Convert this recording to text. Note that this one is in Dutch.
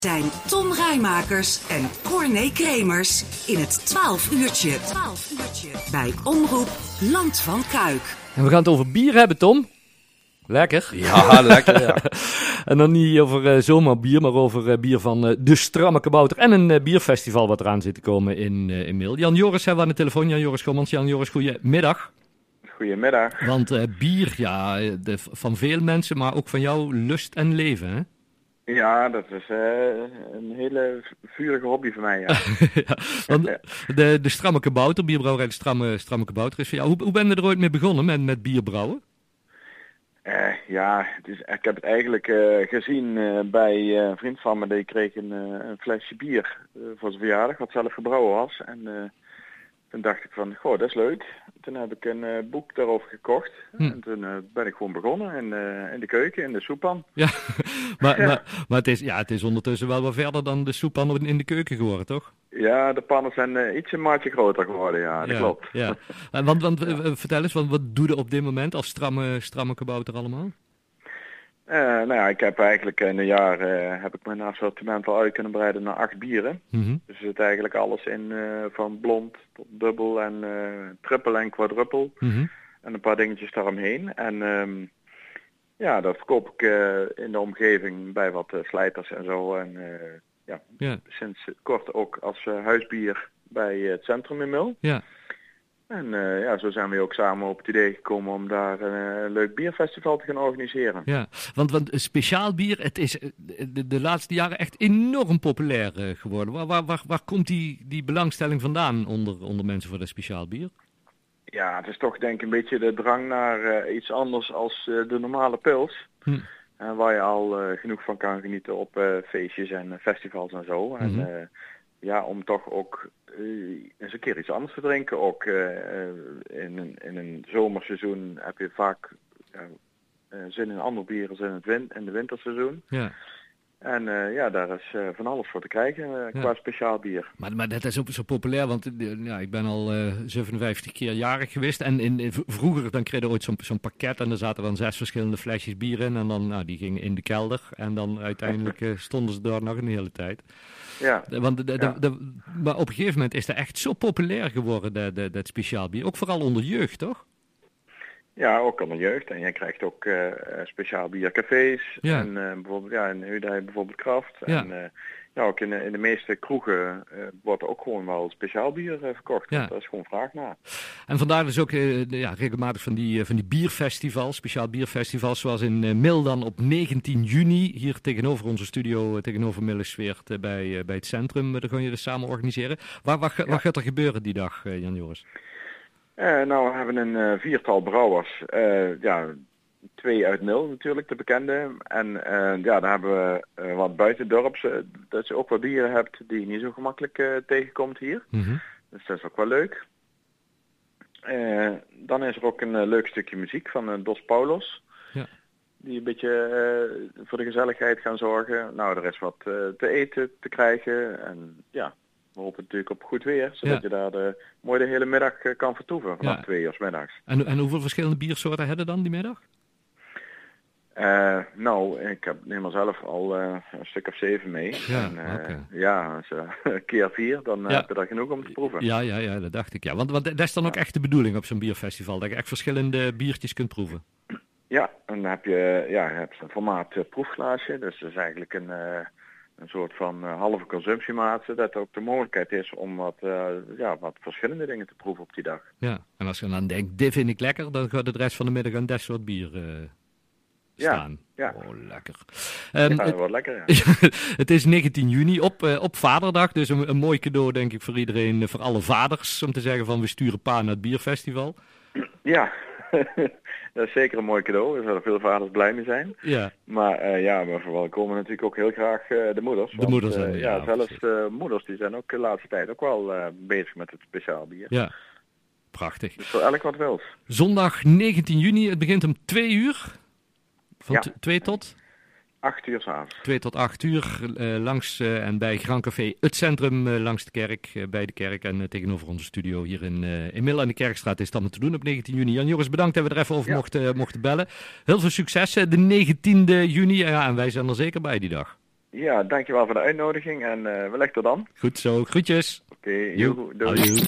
Zijn Tom Rijmakers en Corné Kremers in het 12 uurtje. Bij Omroep Land van Kuik. En we gaan het over bier hebben, Tom. Lekker. Ja, lekker, ja. En dan niet over zomaar bier, maar over bier van De Stramme Kabouter. En een bierfestival wat eraan zit te komen in Mil. Jan Joris hebben we aan de telefoon. Jan Joris Gommans. Jan Joris, goedemiddag. Goedemiddag. Want bier, ja, van veel mensen, maar ook van jou lust en leven, hè? Ja, dat is een hele vurige hobby voor mij, ja. Ja, want de Stramme Kabouter, bierbrouwerij De Stramme Kabouter is voor jou. Hoe ben je er ooit mee begonnen met bierbrouwen? Ja, ik heb het eigenlijk gezien bij een vriend van me. Die kreeg een flesje bier voor zijn verjaardag, wat zelf gebrouwen was. En toen dacht ik van, goh, dat is leuk. Toen heb ik een boek daarover gekocht. En toen ben ik gewoon begonnen in de keuken, in de soeppan. Ja, maar het is ondertussen wel wat verder dan de soeppan in de keuken geworden, toch? Ja, de pannen zijn iets een maatje groter geworden, ja, dat klopt. Ja. Want vertel eens, wat doe je op dit moment als stramme kabouter allemaal? Nou ja, ik heb eigenlijk in een jaar heb ik mijn assortiment al uit kunnen breiden naar 8 bieren. Mm-hmm. Dus er zit eigenlijk alles in van blond tot dubbel en triple en quadruppel. Mm-hmm. En een paar dingetjes daaromheen. En ja, dat verkoop ik in de omgeving bij wat slijters en zo. En sinds kort ook als huisbier bij het centrum in Mil. Ja. En zo zijn we ook samen op het idee gekomen om daar een leuk bierfestival te gaan organiseren. Ja, want speciaal bier, het is de laatste jaren echt enorm populair geworden. Waar komt die belangstelling vandaan onder mensen voor dat speciaal bier? Ja, het is toch denk ik een beetje de drang naar iets anders als de normale pils. Waar je al genoeg van kan genieten op feestjes en festivals en zo. Mm-hmm. En om toch ook eens een keer iets anders te drinken. Ook in een zomerseizoen heb je vaak zin in andere bieren dan in de winterseizoen. Ja. En daar is van alles voor te krijgen qua speciaal bier. Maar dat is ook zo populair, want ik ben al 57 keer jarig geweest. En vroeger dan kreeg je ooit zo'n pakket en er zaten dan 6 verschillende flesjes bier in. En dan, die gingen in de kelder en dan uiteindelijk stonden ze daar nog een hele tijd. Ja. Maar op een gegeven moment is dat echt zo populair geworden, dat speciaal bier. Ook vooral onder jeugd, toch? Ja, ook onder jeugd. En jij krijgt ook speciaal biercafés. Ja. En bijvoorbeeld in Udij bijvoorbeeld Kraft. Ja. En ook in de meeste kroegen wordt ook gewoon wel speciaal bier verkocht. Ja. Daar is gewoon vraag naar. En vandaar dus ook regelmatig van die bierfestivals, speciaal bierfestivals, zoals in Mil dan op 19 juni, hier tegenover onze studio, tegenover Millesweert bij het centrum. Daar gaan jullie samen organiseren. Wat gaat er gebeuren die dag, Jan Joris? We hebben een 4-tal brouwers. 2 uit Mil natuurlijk, de bekende. En daar hebben we wat buitendorps. Dat je ook wat bieren hebt die je niet zo gemakkelijk tegenkomt hier. Mm-hmm. Dus dat is ook wel leuk. Dan is er ook een leuk stukje muziek van Dos Paulos. Ja. Die een beetje voor de gezelligheid gaan zorgen. Nou, er is wat te eten te krijgen. En ja, we hopen natuurlijk op goed weer. Zodat je daar mooi de hele middag kan vertoeven. Vanaf 2 uur 's middags. En hoeveel verschillende biersoorten hebben dan die middag? Ik neem er zelf al een stuk of 7 mee. Ja, en, als keer 4, dan heb je daar genoeg om te proeven. Ja, dat dacht ik. Ja. Want dat is dan ook echt de bedoeling op zo'n bierfestival. Dat je echt verschillende biertjes kunt proeven. Ja, en dan heb je hebt een formaat proefglaasje. Dus dat is eigenlijk een soort van halve consumptiemaat. Dat ook de mogelijkheid is om wat verschillende dingen te proeven op die dag. Ja, en als je dan denkt, dit vind ik lekker, dan gaat de rest van de middag aan dat soort bier staan. Ja. Oh, lekker. Dat wordt lekker, ja. Het is 19 juni op Vaderdag, dus een mooi cadeau denk ik voor iedereen, voor alle vaders, om te zeggen van we sturen pa naar het bierfestival. Ja, dat is zeker een mooi cadeau. Er zullen veel vaders blij mee zijn. Ja. Maar we verwelkomen natuurlijk ook heel graag de moeders. De moeders zijn zelfs moeders die zijn ook de laatste tijd ook wel bezig met het speciaal bier. Ja, prachtig. Dus voor elk wat wils. Zondag 19 juni, het begint om 2 uur. Van 2 tot? 8 uur 's avonds. 2 tot 8 uur langs en bij Grand Café Het Centrum langs de kerk, bij de kerk en tegenover onze studio hier in Mil aan de Kerkstraat is dat te doen op 19 juni. Jan Joris, bedankt dat we er even over mochten bellen. Heel veel succes de 19e juni en wij zijn er zeker bij die dag. Ja, dankjewel voor de uitnodiging en wellicht tot dan. Goed zo, groetjes. Oké, doei. Adieu.